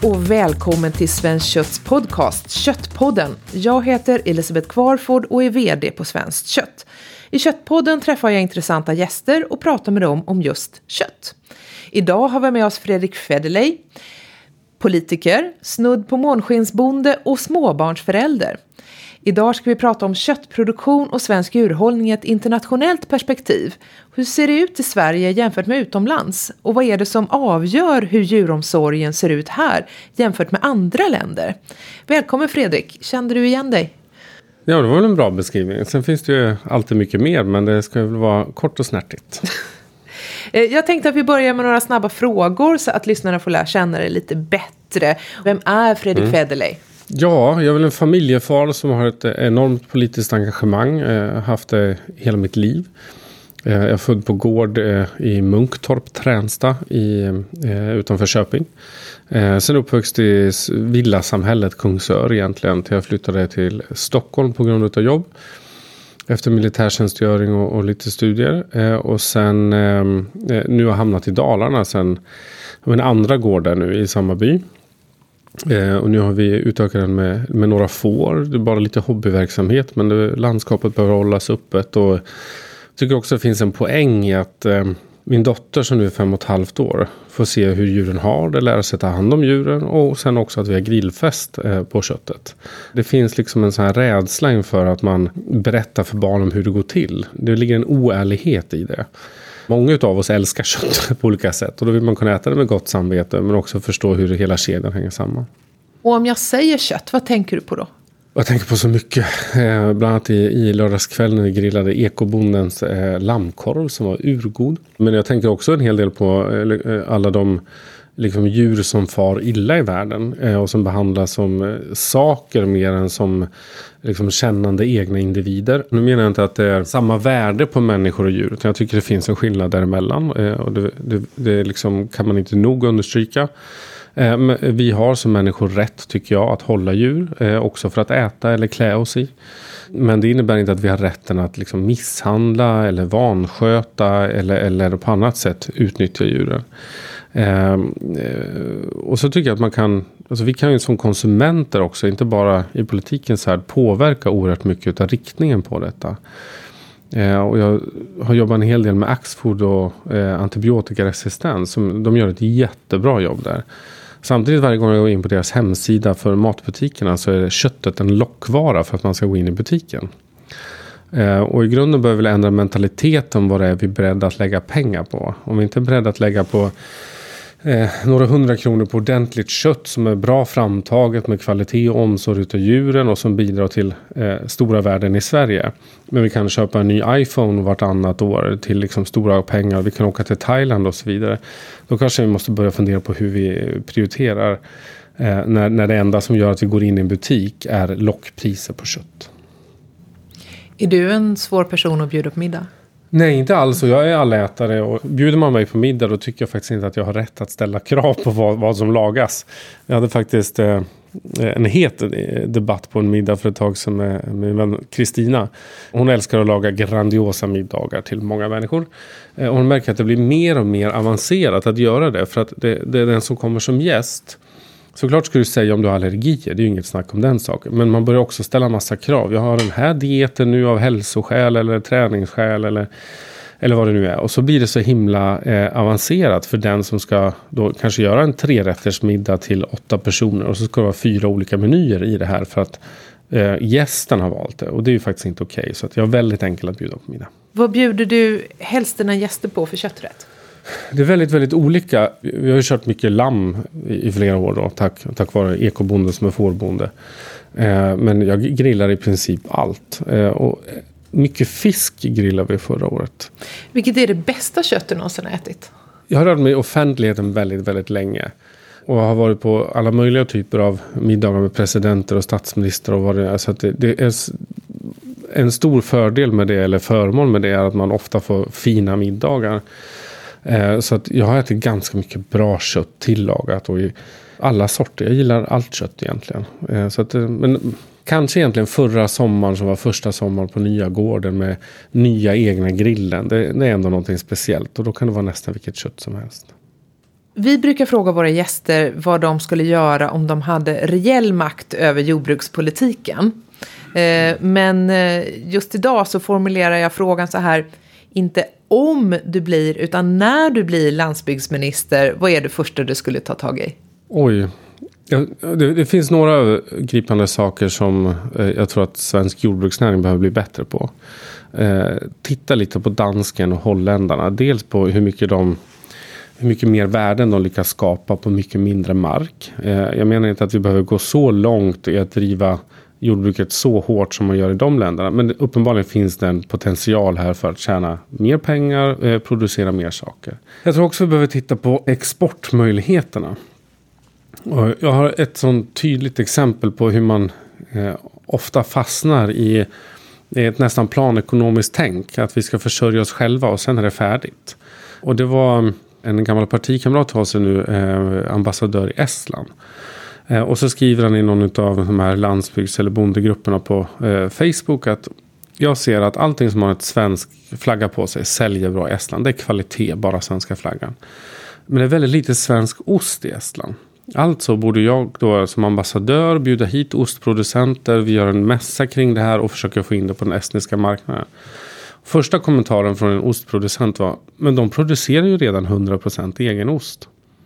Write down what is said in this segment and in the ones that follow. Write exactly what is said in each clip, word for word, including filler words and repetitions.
och välkommen till Svenskt Kötts podcast Köttpodden. Jag heter Elisabeth Kvarford och är vd på Svenskt Kött. I Köttpodden träffar jag intressanta gäster och pratar med dem om just kött. Idag har vi med oss Fredrik Federley, politiker, snudd på månskinsbonde och småbarnsförälder. Idag ska vi prata om köttproduktion och svensk djurhållning i ett internationellt perspektiv. Hur ser det ut i Sverige jämfört med utomlands? Och vad är det som avgör hur djuromsorgen ser ut här jämfört med andra länder? Välkommen Fredrik, kände du igen dig? Ja, det var väl en bra beskrivning. Sen finns det ju alltid mycket mer, men det ska väl vara kort och snärtigt. Jag tänkte att vi börjar med några snabba frågor så att lyssnarna får lära känna dig lite bättre. Vem är Fredrik mm. Federley? Ja, jag är väl en familjefar som har ett enormt politiskt engagemang. Jag har haft det hela mitt liv. Jag är född på gård i Munktorp, Tränsta i, utanför Köping. Sen uppväxt i villasamhället Kungsör egentligen till jag flyttade till Stockholm på grund av jobb. Efter militärtjänstgöring och, och lite studier. Och sen nu har jag hamnat i Dalarna sen en andra gård där nu i samma by. Eh, och nu har vi utökat den med, med några får. Det är bara lite hobbyverksamhet, men det, landskapet behöver hållas öppet. Och jag tycker också att det finns en poäng i att eh, min dotter som nu är fem och ett halvt år får se hur djuren har det, lära sig ta hand om djuren och sen också att vi har grillfest eh, på köttet. Det finns liksom en sån här rädsla inför att man berättar för barn om hur det går till. Det ligger en oärlighet i det. Många av oss älskar kött på olika sätt och då vill man kunna äta det med gott samvete men också förstå hur hela kedjan hänger samman. Och om jag säger kött, vad tänker du på då? Jag tänker på så mycket. Eh, bland annat i, i lördagskvällen när vi grillade ekobondens eh, lammkorv som var urgod. Men jag tänker också en hel del på eh, alla de liksom, djur som far illa i världen eh, och som behandlas som eh, saker mer än som liksom, kännande egna individer. Nu menar jag inte att det är samma värde på människor och djur utan jag tycker det finns en skillnad däremellan eh, och det, det, det liksom, kan man inte nog understryka. Eh, vi har som människor rätt tycker jag att hålla djur eh, också för att äta eller klä oss i. Men det innebär inte att vi har rätten att liksom, misshandla eller vansköta eller, eller på annat sätt utnyttja djuren. Eh, och så tycker jag att man kan, alltså vi kan ju som konsumenter också, inte bara i politikens värld, påverka oerhört mycket av riktningen på detta. Eh, och jag har jobbat en hel del med Axfood och eh, antibiotikaresistens. Som, de gör ett jättebra jobb där. Samtidigt varje gång jag går in på deras hemsida för matbutikerna så är köttet en lockvara för att man ska gå in i butiken. Eh, och i grunden behöver vi ändra mentaliteten om vad det är vi är beredda att lägga pengar på. Om vi inte är beredda att lägga på eh, några hundra kronor på ordentligt kött som är bra framtaget med kvalitet och omsorg utav djuren och som bidrar till eh, stora värden i Sverige. Men vi kan köpa en ny iPhone vartannat år till liksom stora pengar. Vi kan åka till Thailand och så vidare. Då kanske vi måste börja fundera på hur vi prioriterar eh, när, när det enda som gör att vi går in i en butik är lockpriser på kött. Är du en svår person att bjuda på middag? Nej, inte alls. Och jag är allätare och bjuder man mig på middag då tycker jag faktiskt inte att jag har rätt att ställa krav på vad, vad som lagas. Jag hade faktiskt eh, en het debatt på en middag för ett tag sedan med, med min vän Kristina. Hon älskar att laga grandiosa middagar till många människor. Eh, och hon märker att det blir mer och mer avancerat att göra det för att det, det är den som kommer som gäst. Såklart ska du säga om du har allergier, det är ju inget snack om den saken. Men man börjar också ställa massa krav. Jag har den här dieten nu av hälsoskäl eller träningsskäl eller, eller vad det nu är. Och så blir det så himla eh, avancerat för den som ska då kanske göra en trerättersmiddag till åtta personer. Och så ska det vara fyra olika menyer i det här för att eh, gästen har valt det. Och det är ju faktiskt inte okej. Okay, så att jag är väldigt enkel att bjuda på middag. Vad bjuder du helst dina gäster på för kötträtt? Det är väldigt, väldigt olika. Vi har ju kört mycket lamm i flera år då, tack, tack vare ekobonden som är fårbonde. Eh, men jag grillar i princip allt. Eh, och mycket fisk grillar vi förra året. Vilket är det bästa kött du någonsin har ätit? Jag har rört mig i offentligheten väldigt, väldigt länge. Och har varit på alla möjliga typer av middagar med presidenter och statsminister och vad det är. Så att det, det är en stor fördel med det, eller förmån med det, är att man ofta får fina middagar. Så att jag har ätit ganska mycket bra kött tillagat och i alla sorter. Jag gillar allt kött egentligen. Så att, men kanske egentligen förra sommaren som var första sommaren på nya gården med nya egna grillen. Det, det är ändå någonting speciellt och då kan det vara nästan vilket kött som helst. Vi brukar fråga våra gäster vad de skulle göra om de hade reell makt över jordbrukspolitiken. Men just idag så formulerar jag frågan så här: inte om du blir, utan när du blir landsbygdsminister, vad är det första du skulle ta tag i? Oj, ja, det, det finns några gripande saker som eh, jag tror att svensk jordbruksnäring behöver bli bättre på. Eh, titta lite på dansken och holländarna. Dels på hur mycket de hur mycket mer värden de lyckas skapa på mycket mindre mark. Eh, jag menar inte att vi behöver gå så långt i att driva jordbruket så hårt som man gör i de länderna. Men uppenbarligen finns det en potential här för att tjäna mer pengar, eh, producera mer saker. Jag tror också vi behöver titta på exportmöjligheterna. Och jag har ett sånt tydligt exempel på hur man eh, ofta fastnar i ett nästan planekonomiskt tänk. Att vi ska försörja oss själva och sen är det färdigt. Och det var en gammal partikamrat till oss nu, eh, ambassadör i Estland. Eh, och så skriver han i någon av de här landsbygds- eller bondegrupperna på eh, Facebook att jag ser att allting som har ett svensk flagga på sig säljer bra i Estland. Det är kvalitet, bara svenska flaggan. Men det är väldigt lite svensk ost i Estland. Alltså borde jag då som ambassadör bjuda hit ostproducenter. Vi gör en mässa kring det här och försöker få in det på den estniska marknaden. Första kommentaren från en ostproducent var: men de producerar ju redan hundra procent egen ost.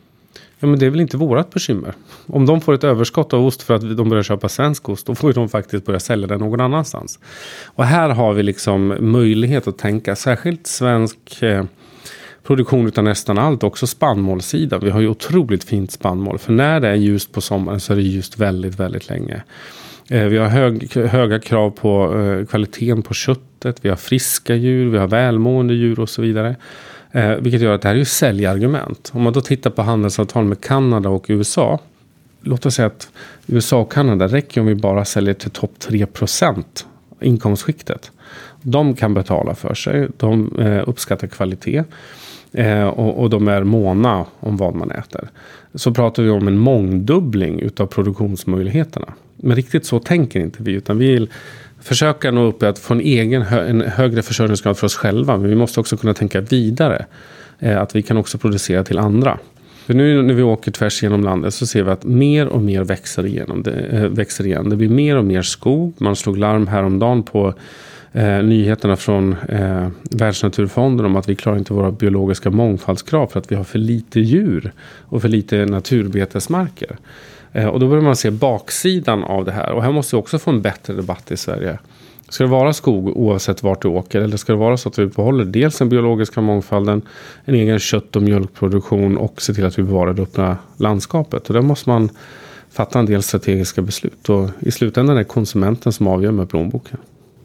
Ja, men det är väl inte vårat bekymmer. Om de får ett överskott av ost för att de börjar köpa svensk ost, då får de faktiskt börja sälja den någon annanstans. Och här har vi liksom möjlighet att tänka, särskilt svensk eh, produktion utan nästan allt, också spannmålssidan. Vi har ju otroligt fint spannmål, för när det är ljust på sommaren så är det ljust väldigt, väldigt länge. Eh, vi har hög, höga krav på eh, kvaliteten på köttet, vi har friska djur, vi har välmående djur och så vidare. Eh, vilket gör att det här är ju säljargument. Om man då tittar på handelsavtal med Kanada och U S A. Låt oss säga att U S A och Kanada räcker om vi bara säljer till topp tre procent inkomstskiktet. De kan betala för sig. De eh, uppskattar kvalitet. Eh, och, och de är måna om vad man äter. Så pratar vi om en mångdubbling utav produktionsmöjligheterna. Men riktigt så tänker inte vi, utan vi vill försöka nå upp att få en egen hö- en högre försörjningsgrad för oss själva. Men vi måste också kunna tänka vidare. Eh, att vi kan också producera till andra. För nu när vi åker tvärs genom landet så ser vi att mer och mer växer, igenom det, äh, växer igen. Det blir mer och mer skog. Man slog larm häromdagen på eh, nyheterna från eh, Världsnaturfonden om att vi klarar inte våra biologiska mångfaldskrav för att vi har för lite djur och för lite naturbetesmarker. Eh, och då börjar man se baksidan av det här. Och här måste vi också få en bättre debatt i Sverige. Ska det vara skog oavsett vart du åker, eller ska det vara så att vi behåller dels den biologiska mångfalden, en egen kött- och mjölkproduktion och se till att vi bevarar det öppna landskapet? Och där måste man fatta en del strategiska beslut, och i slutändan är det konsumenten som avgör med plånboken.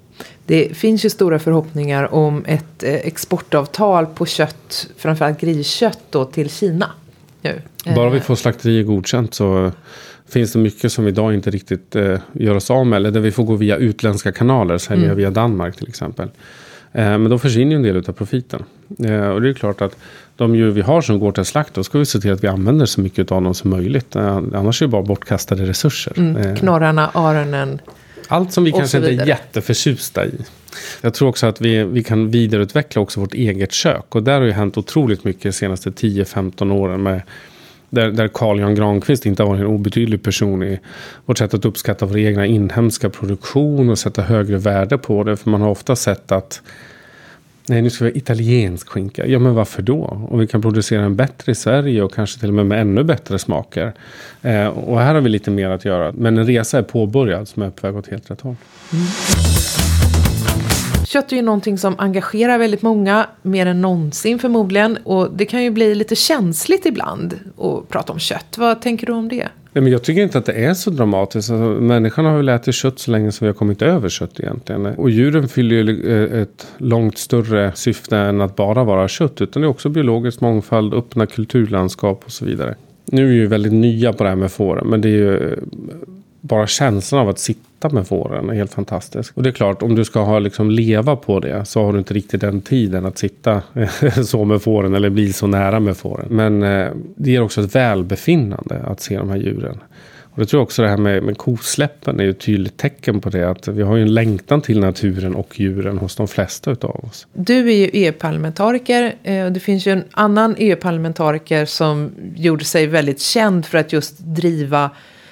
Det finns ju stora förhoppningar om ett exportavtal på kött, framförallt griskött då, till Kina nu. Bara vi får slakterier godkänt så finns det mycket som idag inte riktigt eh, gör oss av med, eller där vi får gå via utländska kanaler, sälja mm. via Danmark till exempel. Eh, men då försvinner ju en del av profiten. Eh, och det är klart att de djur vi har som går till slakt, då ska vi se till att vi använder så mycket av dem som möjligt. Eh, annars är det bara bortkastade resurser. Mm. Eh, Knorrarna, öronen. Allt som vi kanske inte är jätteförtjusta i. Jag tror också att vi, vi kan vidareutveckla också vårt eget kök. Och där har ju hänt otroligt mycket de senaste tio femton åren med Där, där Carl-Jan Granqvist inte har varit en obetydlig person i vårt sätt att uppskatta vår egna inhemska produktion och sätta högre värde på det. För man har ofta sett att nej, nu ska vi ha italiensk skinka. Ja, men varför då? Och vi kan producera en bättre i Sverige och kanske till och med med ännu bättre smaker. Eh, och här har vi lite mer att göra. Men en resa är påbörjad som är på väg åt helt rätt håll. Mm. Kött är ju någonting som engagerar väldigt många, mer än någonsin förmodligen. Och det kan ju bli lite känsligt ibland att prata om kött. Vad tänker du om det? Ja, men jag tycker inte att det är så dramatiskt. Alltså, människan har väl ätit kött så länge som vi har kommit över kött egentligen. Och djuren fyller ju ett långt större syfte än att bara vara kött. Utan det är också biologisk mångfald, öppna kulturlandskap och så vidare. Nu är vi ju väldigt nya på det här med fåren, men det är ju bara känslan av att sitta med fåren är helt fantastisk. Och det är klart, om du ska ha liksom leva på det så har du inte riktigt den tiden att sitta så med fåren eller bli så nära med fåren. Men eh, det ger också ett välbefinnande att se de här djuren. Och jag tror också det här med, med kosläppen är ju ett tydligt tecken på det. Att vi har ju en längtan till naturen och djuren hos de flesta utav oss. Du är ju E U-parlamentariker och det finns ju en annan E U-parlamentariker som gjorde sig väldigt känd för att just driva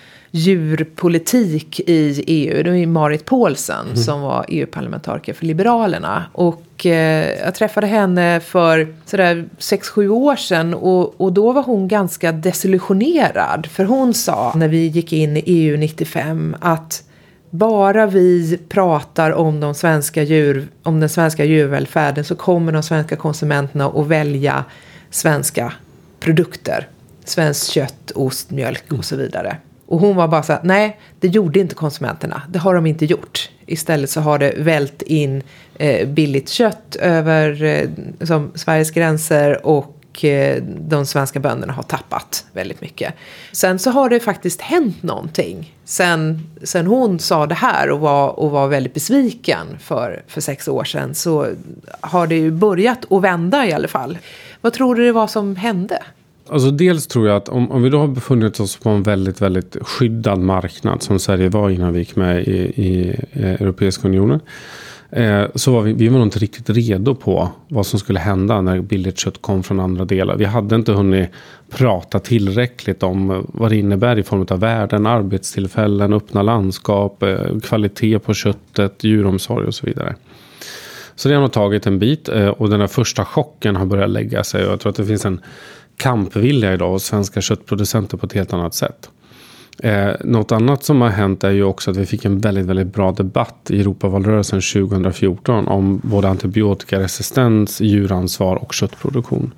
djurpolitik i E U. Det är Marit Paulsen mm. som var E U-parlamentariker för Liberalerna. Och eh, jag träffade henne för sådär sex sju år sedan och, och då var hon ganska desillusionerad. För hon sa när vi gick in i E U nittiofem att bara vi pratar om, de svenska djur, om den svenska djurvälfärden så kommer de svenska konsumenterna att välja svenska produkter. Svenskt kött, ost, mjölk och så vidare. Och hon var bara så här, nej, det gjorde inte konsumenterna. Det har de inte gjort. Istället så har det vält in eh, billigt kött över eh, som Sveriges gränser och eh, de svenska bönderna har tappat väldigt mycket. Sen så har det faktiskt hänt någonting. Sen, sen hon sa det här och var, och var väldigt besviken för, för sex år sedan så har det ju börjat att vända i alla fall. Vad tror du det var som hände? Alltså dels tror jag att om, om vi då har befunnit oss på en väldigt, väldigt skyddad marknad som Sverige var innan vi gick med i, i eh, Europeiska unionen. Eh, så var vi, vi var nog inte riktigt redo på vad som skulle hända när billigt kött kom från andra delar. Vi hade inte hunnit prata tillräckligt om vad det innebär i form av värden, arbetstillfällen, öppna landskap, eh, kvalitet på köttet, djuromsorg och så vidare. Så det har nog tagit en bit eh, och den här första chocken har börjat lägga sig och jag tror att det finns en kampvilja idag hos svenska köttproducenter på ett helt annat sätt. Eh, något annat som har hänt är ju också att vi fick en väldigt, väldigt bra debatt i Europavalrörelsen tjugo fjorton om både antibiotikaresistens, djuransvar och köttproduktion.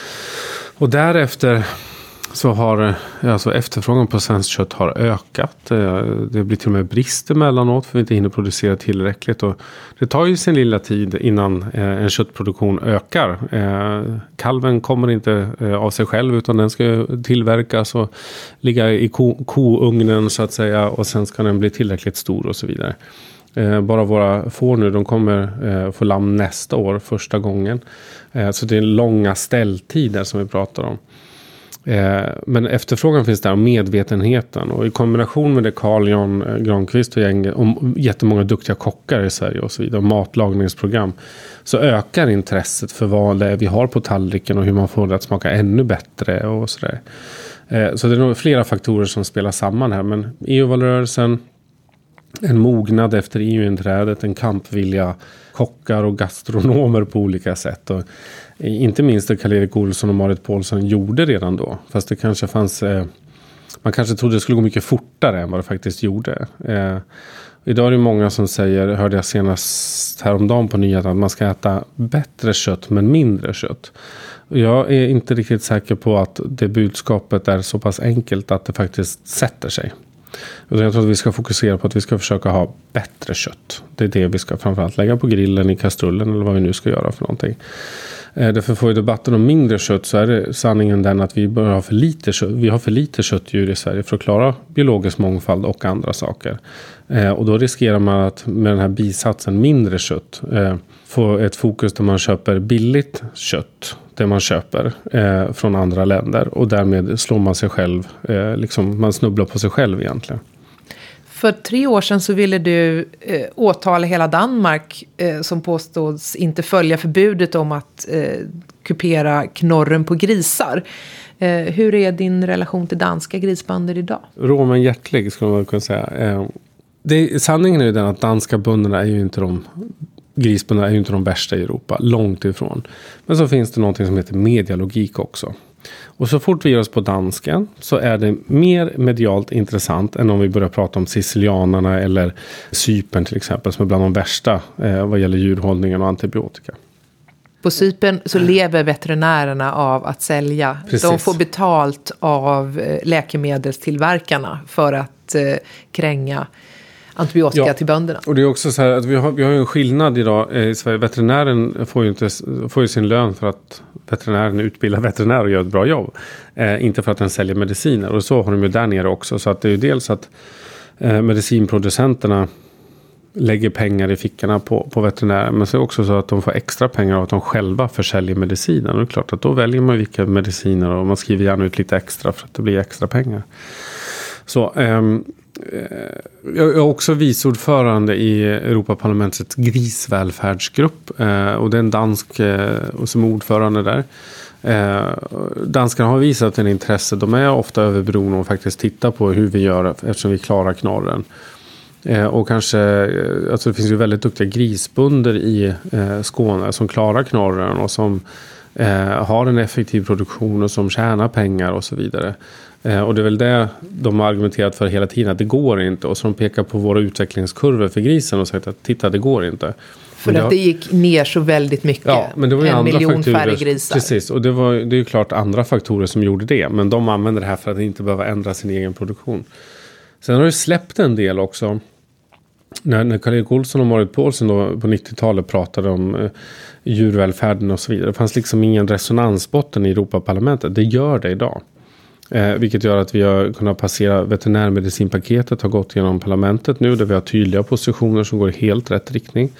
Och därefter så har alltså efterfrågan på svenskt kött har ökat. Det blir till och med brist emellanåt för vi inte hinner producera tillräckligt. Och det tar ju sin lilla tid innan en köttproduktion ökar. Kalven kommer inte av sig själv utan den ska tillverkas och ligga i ko- kougnen så att säga. Och sen ska den bli tillräckligt stor och så vidare. Bara våra får nu, de kommer få lamm nästa år första gången. Så det är långa ställtider som vi pratar om. Men efterfrågan finns där och medvetenheten och i kombination med det Carl-Jan Granqvist och gänget om jättemånga duktiga kockar i Sverige och så vidare och matlagningsprogram så ökar intresset för vad det är vi har på tallriken och hur man får det att smaka ännu bättre och sådär. Så det är nog flera faktorer som spelar samman här men E U-valrörelsen, en mognad efter E U-inträdet, en kampvilja kockar och gastronomer på olika sätt och inte minst det Karl-Erik Olsson och Marit Paulsen gjorde redan då. Fast det kanske fanns, eh, man kanske trodde det skulle gå mycket fortare än vad det faktiskt gjorde. Eh, idag är det många som säger, hörde jag senast häromdagen på nyheterna, att man ska äta bättre kött men mindre kött. Jag är inte riktigt säker på att det budskapet är så pass enkelt att det faktiskt sätter sig. Jag tror att vi ska fokusera på att vi ska försöka ha bättre kött. Det är det vi ska framförallt lägga på grillen, i kastrullen eller vad vi nu ska göra för någonting. Därför får i debatten om mindre kött så är det sanningen den att vi bör ha för lite kött. Vi har för lite köttdjur i Sverige för att klara biologisk mångfald och andra saker. Och då riskerar man att med den här bisatsen mindre kött få ett fokus där man köper billigt kött. Det man köper eh, från andra länder och därmed slår man sig själv, eh, liksom man snubblar på sig själv egentligen. För tre år sedan så ville du eh, åtala hela Danmark eh, som påstås inte följa förbudet om att eh, kupera knorren på grisar. Eh, hur är din relation till danska grisbönder idag? Rå men hjärtlig skulle man kunna säga. Eh, det, sanningen är ju den att danska bönderna är ju inte de... Grisbönderna är ju inte de värsta i Europa, långt ifrån. Men så finns det någonting som heter medialogik också. Och så fort vi gör oss på dansken så är det mer medialt intressant än om vi börjar prata om sicilianerna eller Cypern till exempel som är bland de värsta eh, vad gäller djurhållningen och antibiotika. På Cypern så lever veterinärerna av att sälja. Precis. De får betalt av läkemedelstillverkarna för att eh, kränga antibiotika ja, till bönderna. Och det är också så här att vi har, vi har en skillnad idag i Sverige. Veterinären får ju, inte, får ju sin lön för att veterinären utbildar veterinär och gör ett bra jobb. Eh, inte för att den säljer mediciner. Och så har de ju där nere också. Så att det är ju dels att eh, medicinproducenterna lägger pengar i fickorna på, på veterinären. Men så är det också så att de får extra pengar av att de själva försäljer mediciner. Och det är klart att då väljer man vilka mediciner och man skriver gärna ut lite extra för att det blir extra pengar. Så, ehm, jag är också viceordförande i Europaparlamentets grisvälfärdsgrupp. Eh, och det är en dansk eh, som är ordförande där. Eh, danskarna har visat en intresse. De är ofta överberoende och faktiskt titta på hur vi gör eftersom vi klarar knorren. Eh, och kanske, alltså det finns ju väldigt duktiga grisbönder i eh, Skåne som klarar knorren och som eh, har en effektiv produktion och som tjänar pengar och så vidare. Eh, och det är väl det de har argumenterat för hela tiden, att det går inte. Och så de pekar på våra utvecklingskurvor för grisen och sagt att titta, det går inte. För det att har, det gick ner så väldigt mycket. Ja, men det var ju en andra miljon faktorer, färre grisar. Precis, och det, var, det är ju klart andra faktorer som gjorde det. Men de använder det här för att inte behöva ändra sin egen produktion. Sen har det släppt en del också. När, när Karl-Erik Olsson och Marit Paulsen då på nittiotalet pratade om eh, djurvälfärden och så vidare. Det fanns liksom ingen resonansbotten i Europaparlamentet. Det gör det idag. Eh, vilket gör att vi har kunnat passera veterinärmedicinpaketet, har gått genom parlamentet nu där vi har tydliga positioner som går i helt rätt riktning.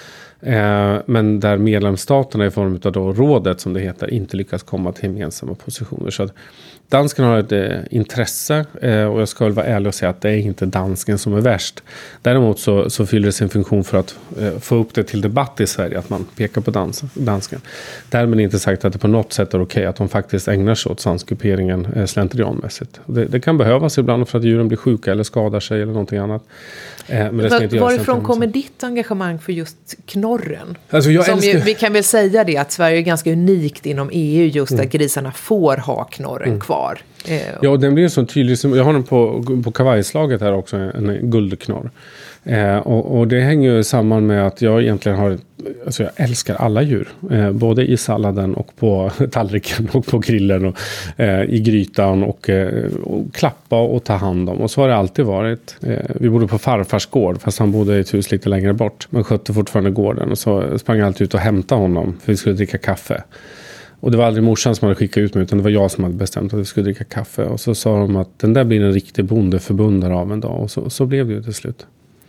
Eh, men där medlemsstaterna i form av då rådet som det heter inte lyckas komma till gemensamma positioner. Så att dansken har ett eh, intresse eh, och jag ska väl vara ärlig och säga att det är inte dansken som är värst. Däremot så, så fyller det sin funktion för att eh, få upp det till debatt i Sverige att man pekar på dans, dansken. Därmed inte sagt att det på något sätt är okej att de faktiskt ägnar sig åt svanskuperingen eh, slentrianmässigt. Det, det kan behövas ibland för att djuren blir sjuka eller skadar sig eller någonting annat. Eh, men det ska inte göras. Varifrån kommer ditt engagemang för just knorren? Alltså jag Som älskar... ju, vi kan väl säga det att Sverige är ganska unikt inom E U just mm. att grisarna får ha knorren mm. kvar. Eh, ja, den blir så tydlig. Jag har den på, på kavajslaget här också, en guldknorr. Eh, och, och det hänger ju samman med att jag egentligen har, alltså jag älskar alla djur. Eh, både i salladen och på tallriken och på grillen och eh, i grytan och, eh, och klappa och ta hand om. Och så har det alltid varit. Eh, vi bodde på farfars gård fast han bodde i ett hus lite längre bort. Man skötte fortfarande gården och så sprang jag alltid ut och hämtade honom för vi skulle dricka kaffe. Och det var aldrig morsan som hade skickat ut mig utan det var jag som hade bestämt att vi skulle dricka kaffe. Och så sa de att den där blir en riktig bondeförbundare av en dag. Och så, så blev det ju till slut.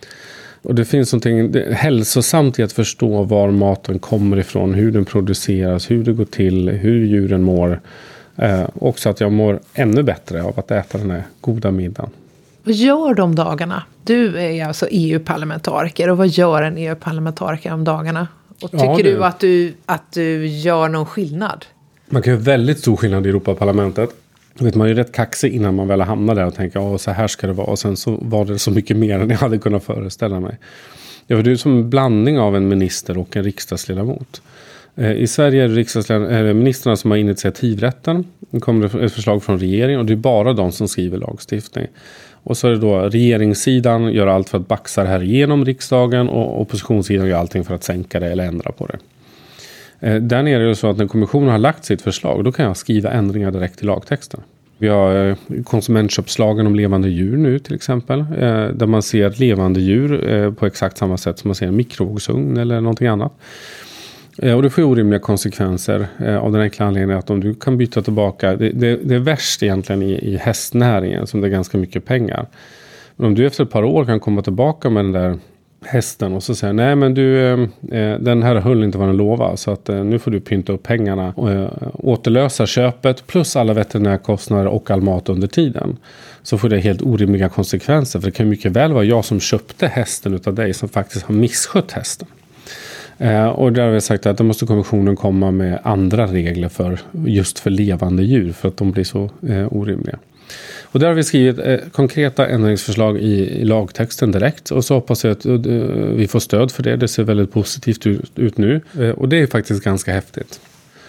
Och det finns någonting det, hälsosamt i att förstå var maten kommer ifrån, hur den produceras, hur det går till, hur djuren mår. Eh, också att jag mår ännu bättre av att äta den här goda middagen. Vad gör de dagarna? Du är alltså E U-parlamentariker och vad gör en E U-parlamentariker om dagarna? Och tycker ja, du, att du att du gör någon skillnad? Man kan göra väldigt stor skillnad i Europaparlamentet. Vet, man är ju rätt kaxig innan man väl hamnar där och tänker åh, så här ska det vara. Och sen så var det så mycket mer än jag hade kunnat föreställa mig. Ja, för det är som en blandning av en minister och en riksdagsledamot. Eh, I Sverige är det riksdagsled- är det ministrarna som har initiativrätten. Det kommer ett förslag från regeringen och det är bara de som skriver lagstiftning. Och så är det då regeringssidan gör allt för att baxa det här igenom riksdagen och oppositionssidan gör allting för att sänka det eller ändra på det. Eh, där nere är det så att när kommissionen har lagt sitt förslag då kan jag skriva ändringar direkt i lagtexten. Vi har eh, konsumentköpslagen om levande djur nu till exempel. Eh, där man ser levande djur eh, på exakt samma sätt som man ser en mikrovågsugn eller någonting annat. Eh, och det får orimliga konsekvenser eh, av den enkla anledningen att om du kan byta tillbaka. Det, det, det är värst egentligen i, i hästnäringen som det är ganska mycket pengar. Men om du efter ett par år kan komma tillbaka med den där hästen och så säger nej men du eh, den här höll inte vad den lovade så att eh, nu får du pynta upp pengarna och eh, återlösa köpet plus alla veterinärkostnader och all mat under tiden. Så får det helt orimliga konsekvenser för det kan mycket väl vara jag som köpte hästen utav dig som faktiskt har misskött hästen. Eh, och där har vi sagt att då måste kommissionen komma med andra regler för just för levande djur för att de blir så eh, orimliga. Och där har vi skrivit eh, konkreta ändringsförslag i, i lagtexten direkt. Och så hoppas jag att uh, vi får stöd för det. Det ser väldigt positivt ut, ut nu. Eh, och det är faktiskt ganska häftigt.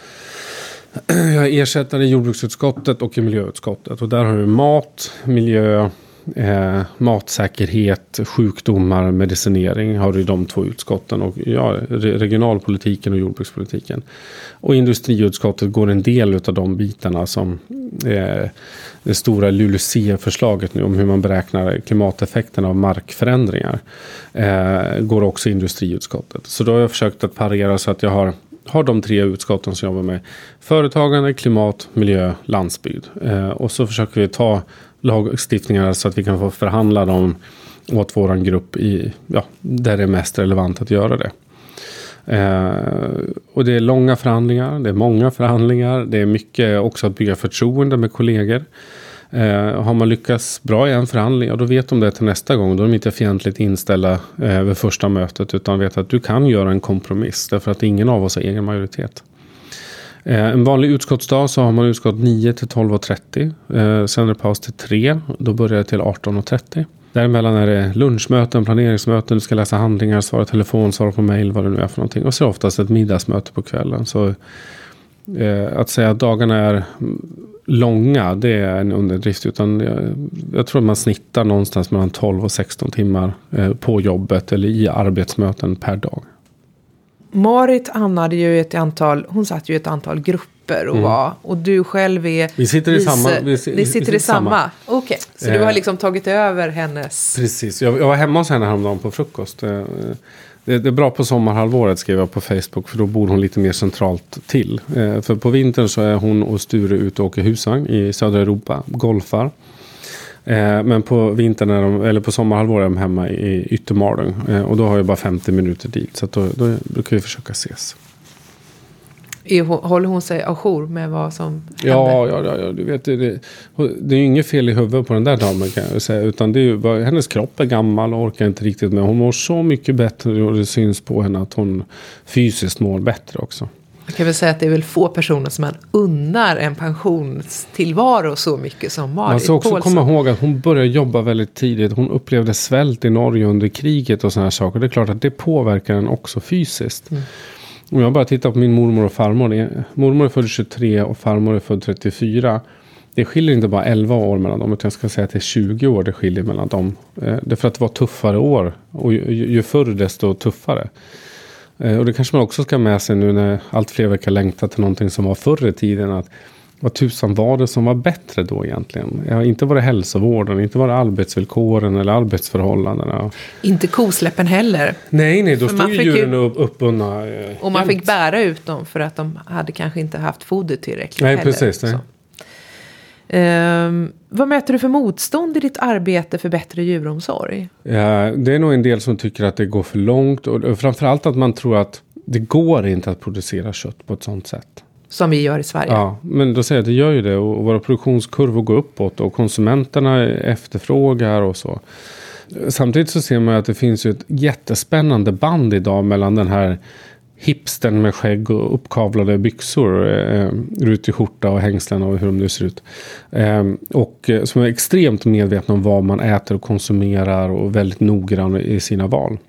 Jag ersätter i jordbruksutskottet och i miljöutskottet. Och där har vi mat, miljö, eh, matsäkerhet, sjukdomar, medicinering. Har vi de två utskotten. Och ja, regionalpolitiken och jordbrukspolitiken. Och industriutskottet går en del av de bitarna som eh, det stora L U L U C E-förslaget nu om hur man beräknar klimateffekten av markförändringar eh, går också i industriutskottet. Så då har jag försökt att parera så att jag har, har de tre utskotten som jobbar med företagande, klimat, miljö, landsbygd. Eh, och så försöker vi ta lagstiftningar så att vi kan få förhandla dem åt våran grupp i, ja, där det är mest relevant att göra det. Eh, och det är långa förhandlingar, det är många förhandlingar, det är mycket också att bygga förtroende med kollegor. Eh, har man lyckats bra i en förhandling, och då vet de det till nästa gång. Då är de inte fientligt inställda eh, vid första mötet, utan vet att du kan göra en kompromiss. Därför att ingen av oss har egen majoritet. Eh, en vanlig utskottsdag så har man utskott nio till tolv och trettio. Eh, sen är det paus till tre. Då börjar det till arton och trettio. Däremellan är det lunchmöten, planeringsmöten, du ska läsa handlingar, svara telefon, svara på mejl, vad det nu är för någonting. Och så är det oftast ett middagsmöte på kvällen. Så eh, att säga att dagarna är långa, det är en underdrift. Utan jag, jag tror att man snittar någonstans mellan tolv och sexton timmar eh, på jobbet eller i arbetsmöten per dag. Marit hamnade ju ett antal, hon satt ju i ett antal grupper och mm. var, och du själv är vi sitter i vice, samma vi, ni sitter vi sitter i samma, samma. okej, okay. Så eh. du har liksom tagit över hennes. Precis, jag, jag var hemma hos henne häromdagen på frukost. Det, det, det är bra på sommarhalvåret, skrev jag på Facebook, för då bor hon lite mer centralt till. Eh, för på vintern så är hon och Sture ute och åker husvagn i södra Europa, golfar. Eh, men på vintern är de, eller på sommarhalvåret är de hemma i Yttermalung. Eh, och då har jag bara femtio minuter dit. Så att då, då brukar vi försöka ses. Är, håller hon sig ajour med vad som händer? Ja, ja, ja, ja du vet. Det, det, det är ju inget fel i huvudet på den där damen, kan jag säga. Utan det är ju bara, hennes kropp är gammal och orkar inte riktigt med. Hon mår så mycket bättre, och det syns på henne att hon fysiskt mår bättre också. Jag kan väl säga att det är väl få personer som man unnar en pensionstillvaro så mycket som Marit. Man ska också Paulsson. komma ihåg att hon började jobba väldigt tidigt. Hon upplevde svält i Norge under kriget och såna här saker. Det är klart att det påverkar en också fysiskt. Mm. Om jag bara tittar på min mormor och farmor. Mormor är född tjugotre och farmor är född trettiofyra. Det skiljer inte bara elva år mellan dem, utan jag ska säga att det är tjugo år det skiljer mellan dem. Det är för att det var tuffare år, och ju, ju förr desto tuffare. Och det kanske man också ska med sig nu när allt fler verkar längta till någonting som var förr i tiden. Att vad tusan var det som var bättre då egentligen? Ja, inte var det hälsovården, inte var det arbetsvillkoren eller arbetsförhållandena. Inte kosläppen heller. Nej, nej, då för stod ju djuren upp, uppbundna. Eh, och man jämt. Fick bära ut dem för att de hade kanske inte haft foder tillräckligt nej, heller. Precis, nej, precis. Um, vad möter du för motstånd i ditt arbete för bättre djuromsorg? Ja, det är nog en del som tycker att det går för långt. Och framförallt att man tror att det går inte att producera kött på ett sånt sätt. Som vi gör i Sverige. Ja, men då säger jag att det gör ju det. Och våra produktionskurvor går uppåt. Och konsumenterna efterfrågar och så. Samtidigt så ser man att det finns ju ett jättespännande band idag mellan den här hipstern med skägg och uppkavlade byxor, eh, rutig skjorta och hängslen och hur de nu ser ut. Eh, och eh, som är extremt medvetna om vad man äter och konsumerar och väldigt noggrann i sina val.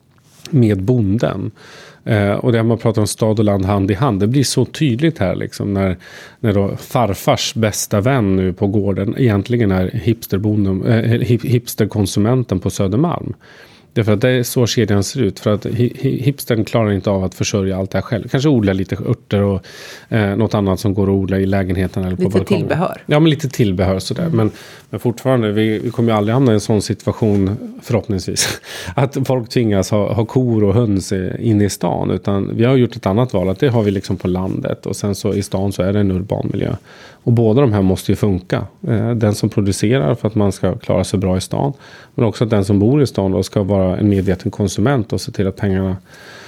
Med bonden. Eh, och det man pratar om stad och land hand i hand. Det blir så tydligt här liksom när, när då farfars bästa vän nu på gården egentligen är hipsterbonden, eh, hipsterkonsumenten på Södermalm. Därför att det är så kedjan ser ut. För att hipstern klarar inte av att försörja allt det här själv. Kanske odla lite örter och eh, något annat som går att odla i lägenheten eller på lite balkongen. Lite tillbehör. Ja, men lite tillbehör sådär. Mm. Men, men fortfarande, vi, vi kommer ju aldrig hamna i en sån situation, förhoppningsvis. Att folk tvingas ha, ha kor och höns inne i stan. Utan vi har gjort ett annat val. Att det har vi liksom på landet. Och sen så i stan så är det en urban miljö. Och båda de här måste ju funka. Eh, den som producerar för att man ska klara sig bra i stan. Men också att den som bor i stan då ska vara en medveten konsument och se till att pengarna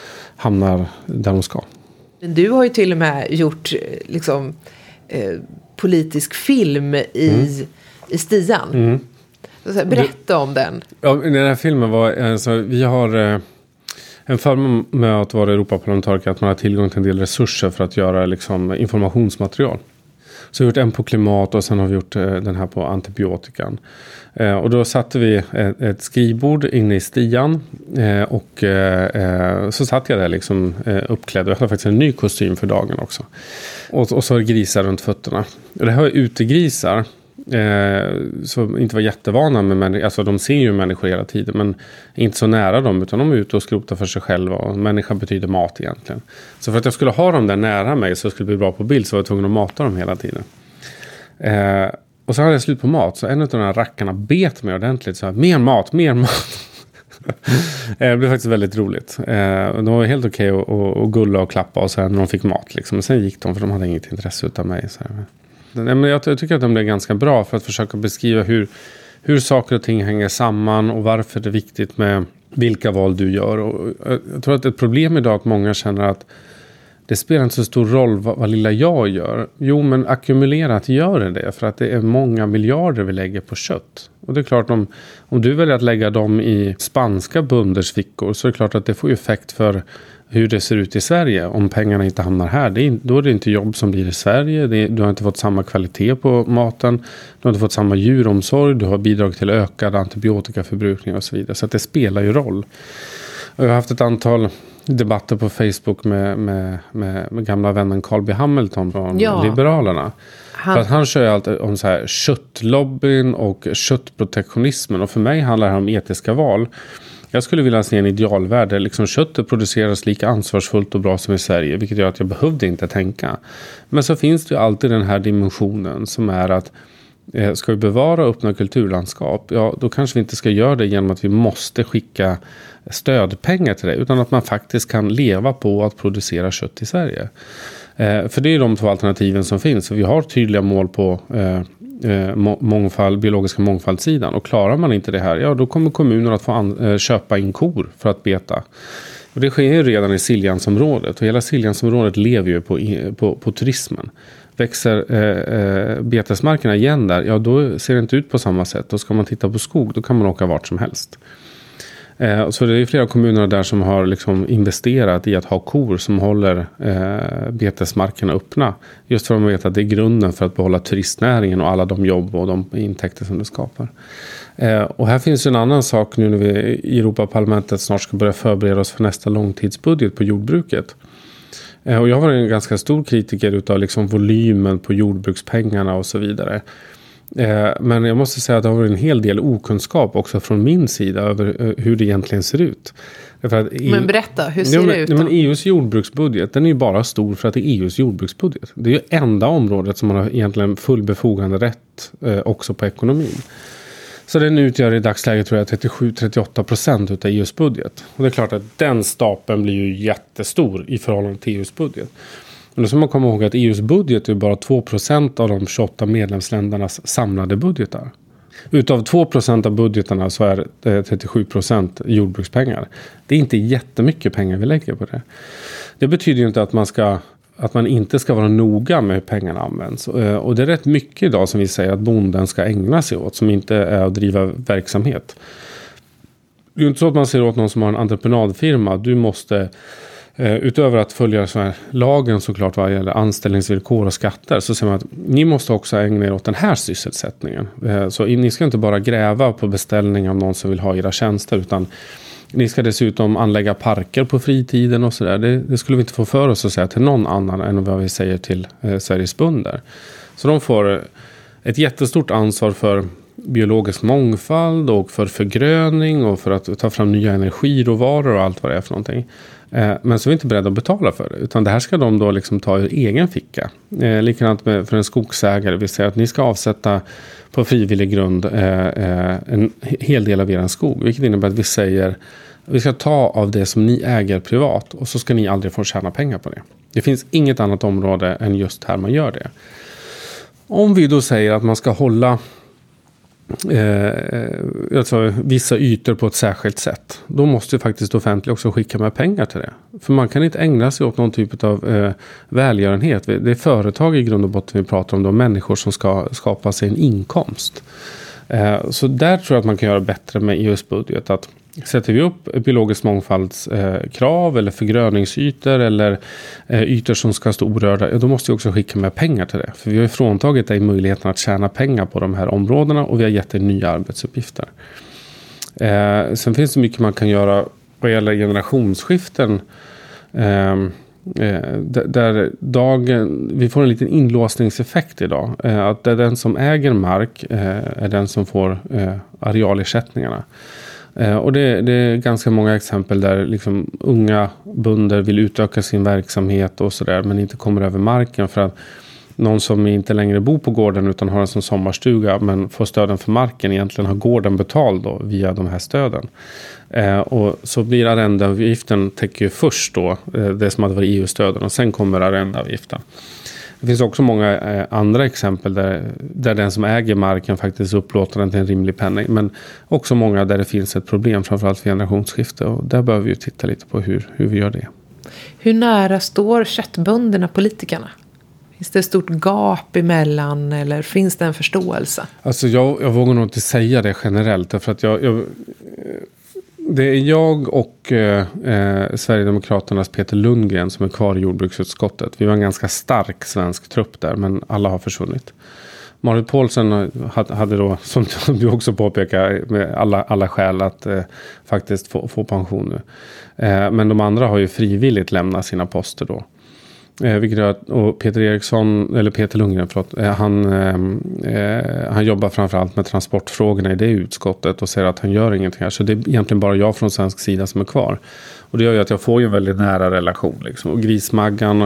hamnar där de ska. Men du har ju till och med gjort liksom, eh, politisk film i, mm. i Stian. Mm. Så, berätta om den. Ja, den här filmen var, alltså, vi har eh, en förmån med att vara Europaparlamentariker, att man har tillgång till en del resurser för att göra liksom, informationsmaterial. Så vi har gjort en på klimat och sen har vi gjort eh, den här på antibiotikan. Eh, och då satte vi ett, ett skrivbord inne i stian eh, och eh, så satt jag där liksom eh, uppklädd. Jag hade faktiskt en ny kostym för dagen också. Och, och så har grisar runt fötterna. Och det här är utegrisar. Eh, som inte var jättevana med människor. Alltså de ser ju människor hela tiden, men inte så nära dem, utan de är ute och skrotar för sig själva, och människa betyder mat egentligen. Så för att jag skulle ha dem där nära mig så skulle det bli bra på bild, så var jag tvungen att mata dem hela tiden. Eh, och så hade jag slut på mat, så en av de här rackarna bet mig ordentligt, så här, mer mat, mer mat. Det blev faktiskt väldigt roligt. Eh, de var helt okej okay att, att gulla och klappa och sen när de fick mat liksom. Men sen gick de, för de hade inget intresse utav mig så här. Nej, men jag, jag tycker att de blir ganska bra för att försöka beskriva hur, hur saker och ting hänger samman och varför det är viktigt med vilka val du gör. Och jag tror att ett problem idag är att många känner att det spelar inte så stor roll vad, vad lilla jag gör. Jo, men ackumulerat gör det det. För att det är många miljarder vi lägger på kött. Och det är klart, om, om du väljer att lägga dem i spanska bönders fickor, så är det klart att det får effekt för hur det ser ut i Sverige. Om pengarna inte hamnar här, det är, då är det inte jobb som blir i Sverige. Det är, du har inte fått samma kvalitet på maten. Du har inte fått samma djuromsorg. Du har bidragit till ökad antibiotikaförbrukning och så vidare. Så att det spelar ju roll. Och jag har haft ett antal debatter på Facebook med, med, med, med gamla vännen Carl B. Hamilton från ja. Liberalerna. Han... För att han kör ju alltid om så här köttlobbyn och köttprotektionismen. Och för mig handlar det här om etiska val. Jag skulle vilja se en idealvärld där liksom köttet produceras lika ansvarsfullt och bra som i Sverige. Vilket gör att jag behövde inte tänka. Men så finns det ju alltid den här dimensionen som är att eh, ska vi bevara och öppna kulturlandskap? Ja, då kanske vi inte ska göra det genom att vi måste skicka stödpengar till det. Utan att man faktiskt kan leva på att producera kött i Sverige. Eh, för det är de två alternativen som finns. Vi har tydliga mål på eh, eh, mångfald, biologiska mångfaldssidan. Och klarar man inte det här, ja då kommer kommuner att få an, eh, köpa in kor för att beta. Och det sker ju redan i Siljansområdet. Och hela Siljansområdet lever ju på, på, på turismen. Växer eh, eh, betesmarkerna igen där, ja då ser det inte ut på samma sätt. Och ska man titta på skog, då kan man åka vart som helst. Eh, så det är flera kommuner där som har liksom investerat i att ha kor som håller eh, betesmarkerna öppna. Just för att man vet att det är grunden för att behålla turistnäringen och alla de jobb och de intäkter som det skapar. Eh, och här finns en annan sak nu när vi i Europaparlamentet snart ska börja förbereda oss för nästa långtidsbudget på jordbruket. Eh, och jag var en ganska stor kritiker utav liksom volymen på jordbrukspengarna och så vidare. Men jag måste säga att det har varit en hel del okunskap också från min sida över hur det egentligen ser ut. För att E U, men berätta, hur ser ja, men, det ut då? Men E U:s jordbruksbudget, den är ju bara stor för att det är E U:s jordbruksbudget. Det är ju enda området som man har egentligen full befogande rätt eh, också på ekonomin. Så den utgör i dagsläget tror jag trettiosju till trettioåtta procent utav E U:s budget. Och det är klart att den stapeln blir ju jättestor i förhållande till E U:s budget. Men då ska man komma ihåg att E U:s budget är bara två procent av de tjugoåtta medlemsländernas samlade budgetar. Utav två procent av budgetarna så är det trettiosju procent jordbrukspengar. Det är inte jättemycket pengar vi lägger på det. Det betyder ju inte att man, ska, att man inte ska vara noga med hur pengarna används. Och det är rätt mycket idag som vi säger att bonden ska ägna sig åt som inte är att driva verksamhet. Det är ju inte så att man ser åt någon som har en entreprenadfirma. Du måste... Utöver att följa så här lagen såklart vad gäller anställningsvillkor och skatter så säger man att ni måste också ägna er åt den här sysselsättningen. Så ni ska inte bara gräva på beställning av någon som vill ha era tjänster utan ni ska dessutom anlägga parker på fritiden och sådär. Det, det skulle vi inte få för oss att säga till någon annan än vad vi säger till eh, Sveriges bönder. Så de får ett jättestort ansvar för biologisk mångfald och för förgröning och för att ta fram nya energiråvaror och allt vad det är för någonting. Men så är vi inte beredda att betala för det. Utan det här ska de då liksom ta ur egen ficka. Eh, likadant med, för en skogsägare. Vi säger att ni ska avsätta på frivillig grund eh, en hel del av er skog. Vilket innebär att vi säger att vi ska ta av det som ni äger privat. Och så ska ni aldrig få tjäna pengar på det. Det finns inget annat område än just här man gör det. Om vi då säger att man ska hålla... Eh, alltså vissa ytor på ett särskilt sätt. Då måste ju faktiskt offentligt också skicka med pengar till det. För man kan inte ägna sig åt någon typ av eh, välgörenhet. Det är företag i grund och botten vi pratar om. Då, människor som ska skapa sig en inkomst. Eh, så där tror jag att man kan göra bättre med E U:s budget. Att sätter vi upp biologisk mångfaldskrav eh, eller förgröningsytor eller eh, ytor som ska stå orörda, då måste vi också skicka med pengar till det. För vi har ju fråntagit dig möjligheten att tjäna pengar på de här områdena och vi har gett dig nya arbetsuppgifter. Eh, sen finns det mycket man kan göra vad gäller generationsskiften. Eh, eh, där dagen, vi får en liten inlåsningseffekt idag. Eh, att det är den som äger mark eh, är den som får eh, arealersättningarna. Och det, det är ganska många exempel där liksom unga bönder vill utöka sin verksamhet och sådär men inte kommer över marken för att någon som inte längre bor på gården utan har en som sommarstuga men får stöden för marken egentligen har gården betald då via de här stöden. Eh, och så blir arrendeavgiften täcker ju först då eh, det som hade varit E U-stöden och sen kommer arrendeavgiften. Det finns också många eh, andra exempel där, där den som äger marken faktiskt upplåter den till en rimlig penning. Men också många där det finns ett problem framförallt för generationsskifte. Och där behöver vi ju titta lite på hur, hur vi gör det. Hur nära står köttbönderna politikerna? Finns det ett stort gap emellan eller finns det en förståelse? Alltså jag, jag vågar nog inte säga det generellt. Därför att jag, jag, det är jag och eh, Sverigedemokraternas Peter Lundgren som är kvar i jordbruksutskottet. Vi var en ganska stark svensk trupp där, men alla har försvunnit. Marit Paulsen hade då, som du också påpekar, med alla, alla skäl att eh, faktiskt få, få pension nu. Eh, men de andra har ju frivilligt lämnat sina poster då. Eh, vilket gör att, och Peter Eriksson, eller Peter Lundgren, förlåt, eh, han, eh, han jobbar framförallt med transportfrågorna i det utskottet och säger att han gör ingenting här. Så det är egentligen bara jag från svensk sida som är kvar. Och det gör ju att jag får ju en väldigt nära relation. Liksom. Och Grismaggan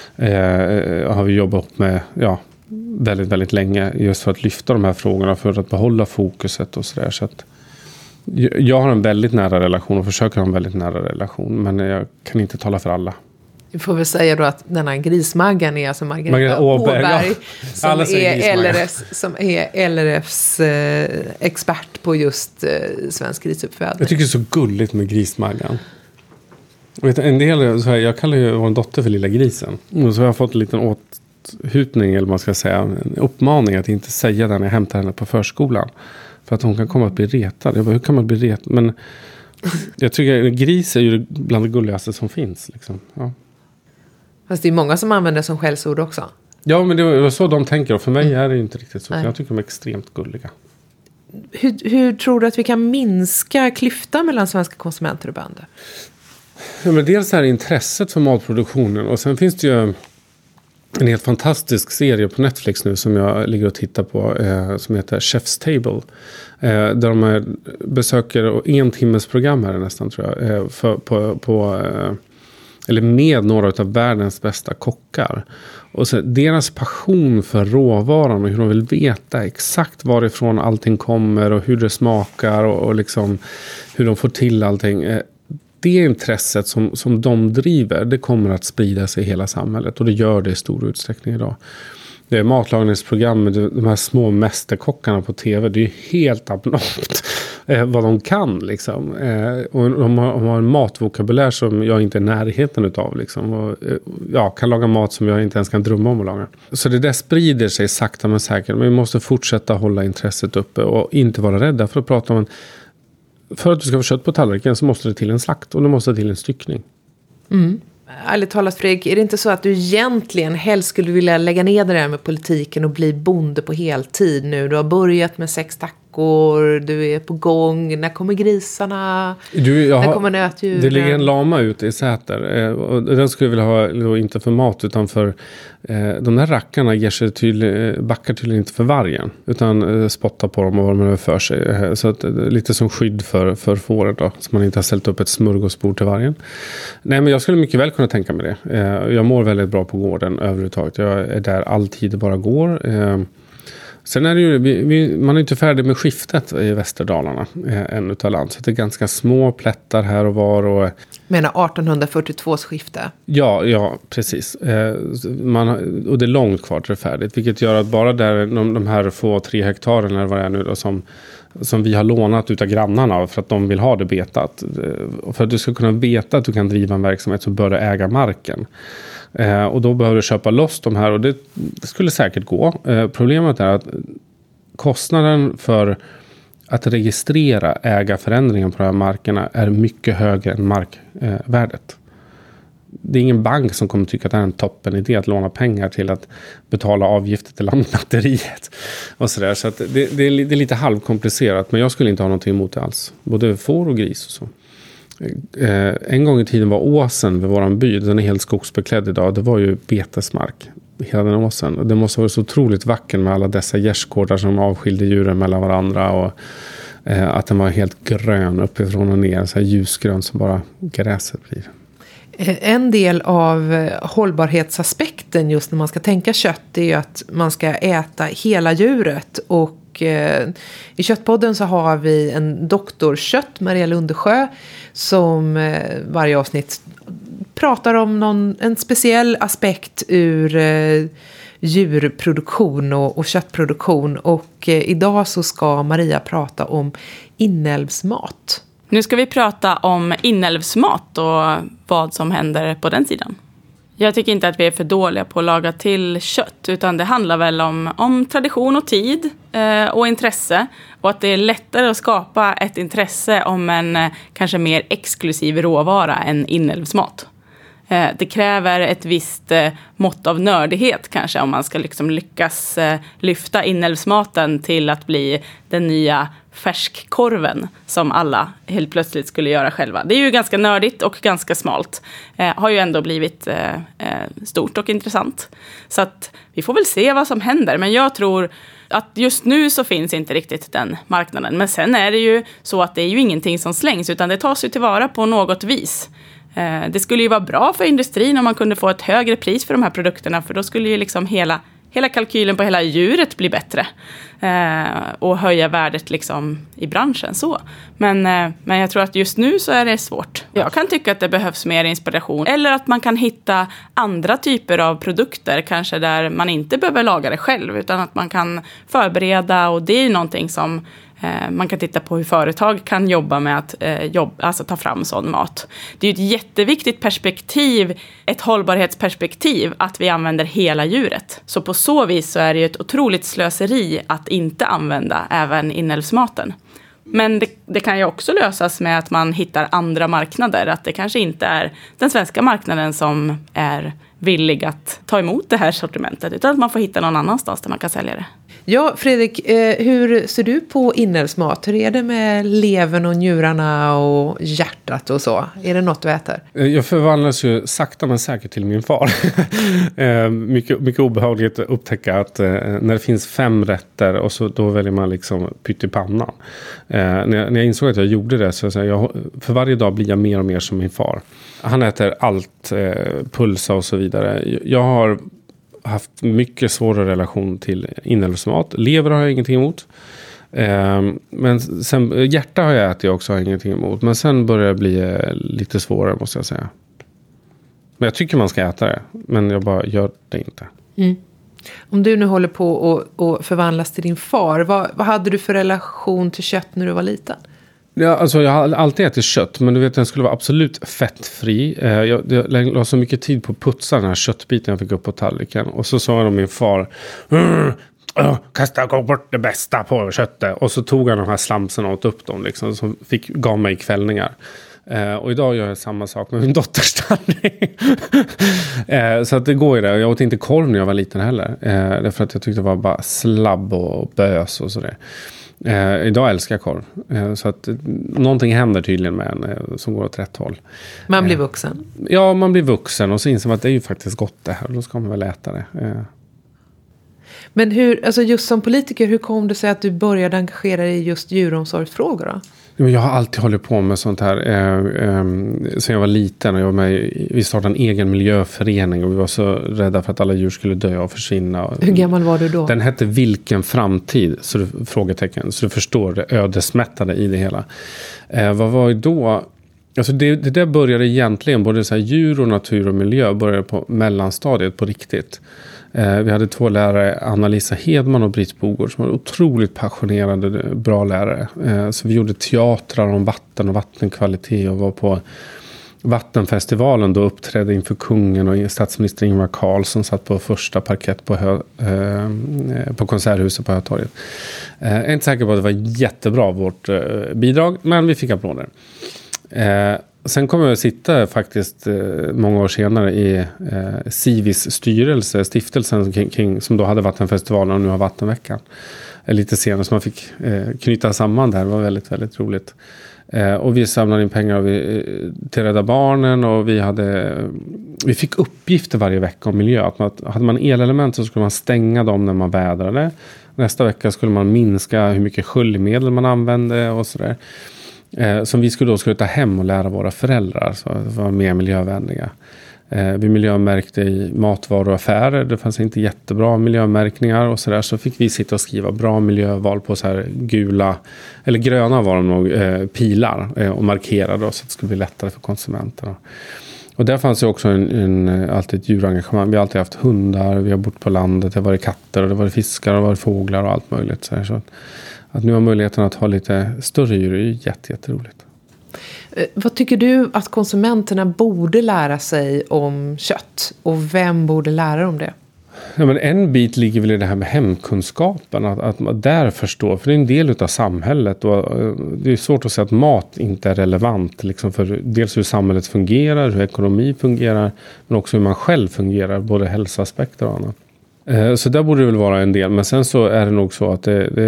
eh, har vi jobbat med, ja, väldigt, väldigt länge just för att lyfta de här frågorna, för att behålla fokuset och sådär. Så att jag har en väldigt nära relation och försöker ha en väldigt nära relation, men jag kan inte tala för alla. Vi får väl säga då att denna Grismaggan är alltså Margareta, Margareta Åberg, Åberg ja. som, är L R F, som är L R Fs eh, expert på just eh, svensk grisuppfödning. Jag tycker det är så gulligt med Grismaggan. Vet, en del, så här, jag kallar ju vår dotter för lilla grisen. Och så har jag fått en liten åthutning, eller man ska säga, en uppmaning att inte säga det när jag hämtar henne på förskolan. För att hon kan komma att bli retad. Jag bara, hur kan man bli retad? Men jag tycker att gris är ju bland det gulligaste som finns. Liksom. Ja. Fast det är många som använder det som skällsord också. Ja, men det var så de tänker. Och för mig är det inte riktigt så. Nej. Jag tycker de är extremt gulliga. Hur, hur tror du att vi kan minska klyftan mellan svenska konsumenter och bönder? Ja, men dels är intresset för matproduktionen. Och sen finns det ju en helt fantastisk serie på Netflix nu som jag ligger och tittar på. Eh, som heter Chef's Table. Eh, där de är, besöker, och en timmes program här nästan tror jag. Eh, för, på... på eh, eller med några av världens bästa kockar. Och så deras passion för råvaran och hur de vill veta exakt varifrån allting kommer och hur det smakar och, och liksom hur de får till allting. Det intresset som, som de driver, det kommer att sprida sig i hela samhället och det gör det i stor utsträckning idag. Det är matlagningsprogram, de här små mästerkockarna på tv, det är ju helt abnormt eh, vad de kan liksom. Eh, och de har, de har en matvokabulär som jag inte är närheten utav liksom. Och, eh, ja, kan laga mat som jag inte ens kan drömma om att laga. Så det där sprider sig sakta men säkert, men vi måste fortsätta hålla intresset uppe och inte vara rädda för att prata om en, för att du ska få kött på tallriken så måste det till en slakt och det måste till en styckning. Mm. Ärligt talat, Fredrik, är det inte så att du egentligen helst skulle vilja lägga ner det där med politiken och bli bonde på heltid nu? Du har börjat med sex tackor, du är på gång. När kommer grisarna? Du, jag när har, kommer nötdjuren? Det ligger en lama ute i Säter. Eh, och den skulle jag vilja ha, då, inte för mat utan för eh, de där rackarna ger sig tydlig, backar tydligen inte för vargen. Utan eh, spottar på dem och vad de är för sig. Eh, så att, eh, lite som skydd för, för fåret då. Så man inte har ställt upp ett smörgåsbord till vargen. Nej, men jag skulle mycket väl kunna tänka mig det. Eh, jag mår väldigt bra på gården överhuvudtaget. Jag är där alltid det bara går. Eh, Sen är det ju, vi, vi, man är inte färdig med skiftet i Västerdalarna eh, än utav land. Så det är ganska små plättar här och var. Och, menar artonhundrafyrtiotvås skifte? Ja, ja precis. Eh, man, och det är långt kvar till det färdigt. Vilket gör att bara där de, de här få tre hektaren eller vad det är nu då, som, som vi har lånat utav grannarna för att de vill ha det betat. Och för att du ska kunna veta att du kan driva en verksamhet så bör du äga marken. Eh, och då behöver du köpa loss de här och det, det skulle säkert gå. Eh, problemet är att kostnaden för att registrera ägarförändringen på de här markerna är mycket högre än markvärdet. Eh, det är ingen bank som kommer tycka att det är en toppen idé att låna pengar till att betala avgifter till lantmäteriet. Och sådär. Så att det, det, är, det är lite halvkomplicerat, men jag skulle inte ha någonting emot det alls. Både får och gris och så. Eh, en gång i tiden var åsen vid våran by, den är helt skogsbeklädd idag, det var ju betesmark hela den åsen, och det måste vara så otroligt vackert med alla dessa gärdsgårdar som avskilde djuren mellan varandra och eh, att den var helt grön uppifrån och ner, så här ljusgrön som bara gräset blir. En del av hållbarhetsaspekten just när man ska tänka kött är ju att man ska äta hela djuret, och eh, i Köttpodden så har vi en doktorkött, Maria Lundersjö, som eh, varje avsnitt pratar om någon, en speciell aspekt ur eh, djurproduktion och, och köttproduktion, och eh, idag så ska Maria prata om inälvsmat. Nu ska vi prata om inälvsmat och vad som händer på den sidan. Jag tycker inte att vi är för dåliga på att laga till kött, utan det handlar väl om, om tradition och tid eh, och intresse. Och att det är lättare att skapa ett intresse om en eh, kanske mer exklusiv råvara än inälvsmat. Eh, det kräver ett visst eh, mått av nördighet kanske om man ska liksom lyckas eh, lyfta inälvsmaten till att bli den nya färskkorven som alla helt plötsligt skulle göra själva. Det är ju ganska nördigt och ganska smalt. Eh, har ju ändå blivit eh, eh, stort och intressant. Så att vi får väl se vad som händer. Men jag tror att just nu så finns inte riktigt den marknaden. Men sen är det ju så att det är ju ingenting som slängs, utan det tas ju tillvara på något vis. Eh, det skulle ju vara bra för industrin om man kunde få ett högre pris för de här produkterna, för då skulle ju liksom hela Hela kalkylen på hela djuret blir bättre eh, och höja värdet liksom i branschen. Så. Men, eh, men jag tror att just nu så är det svårt. Jag kan tycka att det behövs mer inspiration. Eller att man kan hitta andra typer av produkter. Kanske där man inte behöver laga det själv. Utan att man kan förbereda. Och det är ju någonting som eh, man kan titta på hur företag kan jobba med att eh, jobba, alltså ta fram sån mat. Det är ju ett jätteviktigt perspektiv. Ett hållbarhetsperspektiv att vi använder hela djuret. Så på så vis så är det ju ett otroligt slöseri att inte använda även inälvsmaten. Men det, det kan ju också lösas med att man hittar andra marknader. Att det kanske inte är den svenska marknaden som är villig att ta emot det här sortimentet. Utan att man får hitta någon annanstans där man kan sälja det. Ja, Fredrik, eh, hur ser du på inälvsmat? Hur är det med levern och njurarna och hjärtat och så? Är det något du äter? Jag förvandlas ju sakta men säkert till min far. eh, mycket, mycket obehagligt att upptäcka att eh, när det finns fem rätter och så då väljer man liksom pyttipannan. Eh, när, jag, när jag insåg att jag gjorde det så, så jag, för varje dag blir jag mer och mer som min far. Han äter allt, eh, pulsa och så vidare. Jag har haft mycket svårare relation till inälvsmat. Lever har jag ingenting emot. Eh, men sen, hjärta har jag ätit också, har jag ingenting emot. Men sen börjar det bli eh, lite svårare, måste jag säga. Men jag tycker man ska äta det. Men jag bara gör det inte. Mm. Om du nu håller på att förvandlas till din far. Vad, vad hade du för relation till kött när du var liten? Ja, alltså jag har alltid ätit kött, men du vet, den skulle vara absolut fettfri. Eh, jag, jag la så mycket tid på att putsa den här köttbiten jag fick upp på tallriken. Och så sa jag min far, mm, uh, kasta gå bort det bästa på köttet. Och så tog han de här slamsen och åt upp dem, liksom, som fick, gav mig kvällningar. Eh, och idag gör jag samma sak med min dotters tallrik. eh, så att det går ju där. Jag åt inte korv när jag var liten heller. Eh, därför att jag tyckte det var bara slabb och bös och sådär. Eh, idag älskar jag korv. Eh, så att eh, någonting händer tydligen med en eh, som går åt rätt håll. Man blir vuxen. Eh, ja, man blir vuxen och så inser man att det är ju faktiskt gott det här. Då ska man väl äta det. Eh. Men hur, alltså just som politiker, hur kom det sig att du började engagera dig i just djuromsorgsfrågor då? Jag har alltid hållit på med sånt här eh, eh, sen jag var liten och jag var med i, vi startade en egen miljöförening och vi var så rädda för att alla djur skulle dö och försvinna. Hur gammal var du då? Den hette Vilken framtid? Så du, frågetecken, så du förstår det ödesmättade i det hela. Eh, vad var det då? Alltså det, det där började egentligen, både så här djur och natur och miljö började på mellanstadiet på riktigt. Eh, vi hade två lärare, Anna-Lisa Hedman och Britt Bogård, som var otroligt passionerade, bra lärare. Eh, så vi gjorde teatrar om vatten och vattenkvalitet och var på Vattenfestivalen då, uppträdde inför kungen och statsminister Ingvar Carlsson satt på första parkett på, hö, eh, på Konserthuset på Hötorget. Eh, jag är inte säker på att det var jättebra vårt eh, bidrag, men vi fick applåder. Eh, sen kommer jag att sitta faktiskt eh, många år senare i eh, Civis styrelse, stiftelsen kring, kring, som då hade Vattenfestivalen och nu har Vattenveckan. Eh, lite senare, så man fick eh, knyta samman där. Det var väldigt, väldigt roligt. Eh, och vi samlade in pengar vi, eh, till Rädda Barnen och vi hade vi fick uppgifter varje vecka om miljö. Att man, hade man elelement så skulle man stänga dem när man vädrade. Nästa vecka skulle man minska hur mycket sköljmedel man använde och sådär. Eh, som vi skulle då skulle ta hem och lära våra föräldrar så att vara mer miljövänliga. Eh, vi miljömärkte i matvaruaffärer. Det fanns inte jättebra miljömärkningar och sådär. Så fick vi sitta och skriva bra miljöval på så här gula, eller gröna var de nog, eh, pilar eh, och markerade då, så att det skulle bli lättare för konsumenterna. Och där fanns ju också en, en, alltid ett djurengagemang. Vi har alltid haft hundar, vi har bott på landet, det har varit katter och det har varit fiskar och det har varit fåglar och allt möjligt. Så, här, så att, att nu har möjligheten att ha lite större djur är ju jätte, jätteroligt. Vad tycker du att konsumenterna borde lära sig om kött? Och vem borde lära dem det? Ja, men en bit ligger väl i det här med hemkunskapen. Att, att man där förstår. För det är en del av samhället. Och det är svårt att säga att mat inte är relevant. Liksom för dels hur samhället fungerar, hur ekonomi fungerar. Men också hur man själv fungerar. Både hälsoaspekter och annat. Så där borde det väl vara en del. Men sen så är det nog så att det, det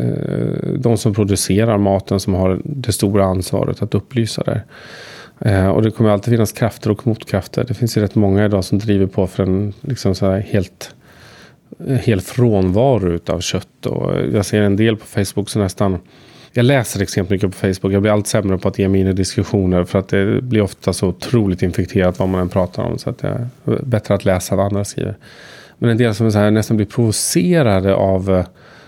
är de som producerar maten som har det stora ansvaret att upplysa där. Och det kommer alltid finnas krafter och motkrafter. Det finns ju rätt många idag som driver på för en liksom så här helt, helt frånvaro utav kött. Och jag ser en del på Facebook som nästan... Jag läser extremt mycket på Facebook. Jag blir allt sämre på att ge mig in i diskussioner. För att det blir ofta så otroligt infekterat vad man än pratar om. Så att det är bättre att läsa vad andra skriver. Men en del som är så här, nästan blir provocerade av,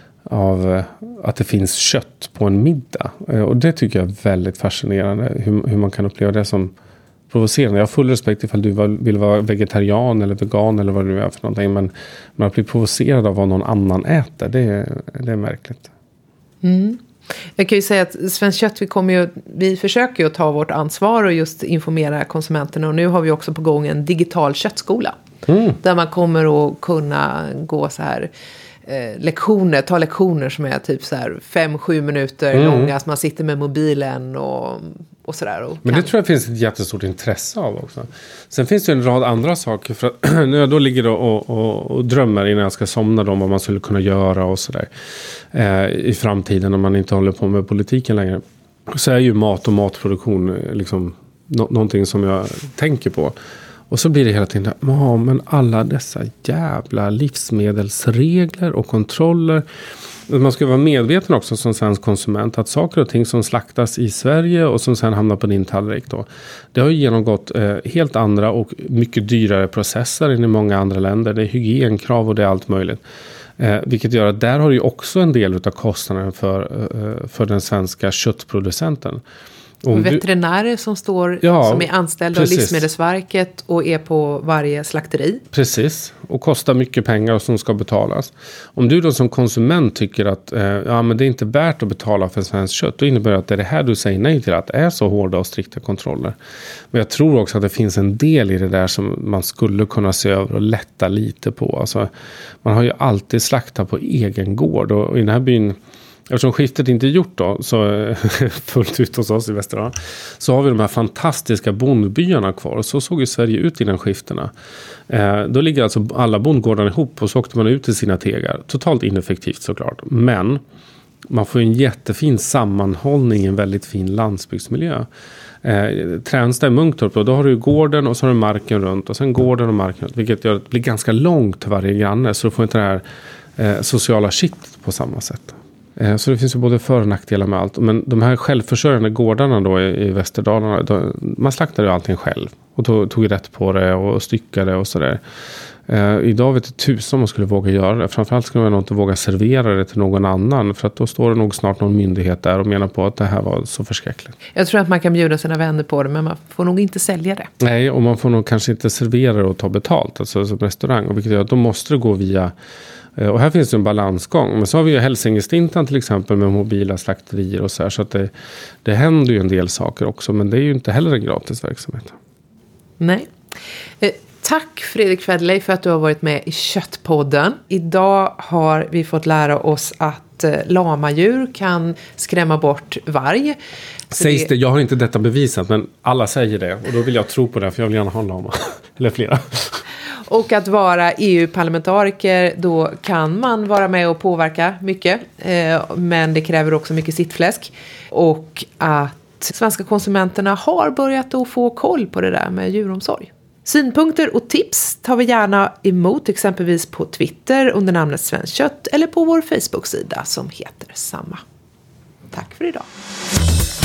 av att det finns kött på en middag. Och det tycker jag är väldigt fascinerande. Hur, hur man kan uppleva det som provocerande. Jag har full respekt ifall du vill vara vegetarian eller vegan eller vad du är för någonting. Men man blir provocerad av vad någon annan äter. Det är, det är märkligt. Mm. Jag kan ju säga att Svenskt Kött, vi, kommer ju, vi försöker ju att ta vårt ansvar och just informera konsumenterna. Och nu har vi också på gång en digital köttskola. Mm. Där man kommer att kunna gå så här eh, lektioner, ta lektioner som är typ så här fem, sju minuter mm. långa. Så man sitter med mobilen och, och sådär. Och Men det tror jag finns ett jättestort intresse av också. Sen finns det en rad andra saker. För att när jag då ligger och, och, och drömmer innan jag ska somna om vad man skulle kunna göra och sådär. Eh, I framtiden om man inte håller på med politiken längre. Så är ju mat och matproduktion liksom no- någonting som jag tänker på. Och så blir det hela tiden, ja men alla dessa jävla livsmedelsregler och kontroller. Man ska vara medveten också som svensk konsument att saker och ting som slaktas i Sverige och som sen hamnar på din tallrik då. Det har ju genomgått eh, helt andra och mycket dyrare processer än i många andra länder. Det är hygienkrav och det är allt möjligt. Eh, vilket gör att där har ju också en del av kostnaden för, eh, för den svenska köttproducenten. Och veterinärer som står ja, som är anställda precis. Av Livsmedelsverket och är på varje slakteri. Precis, och kostar mycket pengar som ska betalas. Om du då som konsument tycker att eh, ja, men det är inte värt att betala för svenskt kött, då innebär det att det är det här du säger nej till, att det är så hårda och strikta kontroller. Men jag tror också att det finns en del i det där som man skulle kunna se över och lätta lite på. Alltså, man har ju alltid slaktat på egen gård och i den här byn. Eftersom skiftet inte är gjort då, så fullt ut hos oss i Västerdalarna, så har vi de här fantastiska bondbyarna kvar. Så såg ju Sverige ut innan skiftena. Eh, då ligger alltså alla bondgårdarna ihop och så åkte man ut till sina tegar. Totalt ineffektivt såklart. Men man får en jättefin sammanhållning i en väldigt fin landsbygdsmiljö. Eh, Tränsta i Munktorp, och då har du gården och så har du marken runt och sen gården och marken runt. Vilket gör att det blir ganska långt till varje granne, så du får inte det här eh, sociala kittet på samma sätt. Så det finns ju både för- och nackdelar med allt. Men de här självförsörjande gårdarna då i, i Västerdalarna, då, man slaktade ju allting själv. Och tog, tog rätt på det och styckade och sådär. Eh, idag vet jag tusen om man skulle våga göra det. Framförallt skulle man nog inte våga servera det till någon annan. För att då står det nog snart någon myndighet där och menar på att det här var så förskräckligt. Jag tror att man kan bjuda sina vänner på det, men man får nog inte sälja det. Nej, och man får nog kanske inte servera det och ta betalt. Alltså som restaurang. Och vilket gör att då måste det gå via... Och här finns det en balansgång. Men så har vi ju Hälsingestintan till exempel med mobila slakterier och så här. Så att det, det händer ju en del saker också. Men det är ju inte heller en gratis verksamhet. Nej. Eh, tack Fredrik Federley för att du har varit med i Köttpodden. Idag har vi fått lära oss att eh, lamadjur kan skrämma bort varg. Så Sägs det, jag har inte detta bevisat, men alla säger det. Och då vill jag tro på det, för jag vill gärna ha en lama. Eller flera. Och att vara E U-parlamentariker, då kan man vara med och påverka mycket. Eh, men det kräver också mycket sittfläsk. Och att svenska konsumenterna har börjat att få koll på det där med djuromsorg. Synpunkter och tips tar vi gärna emot, exempelvis på Twitter under namnet Svenskt Kött eller på vår Facebook-sida som heter samma. Tack för idag.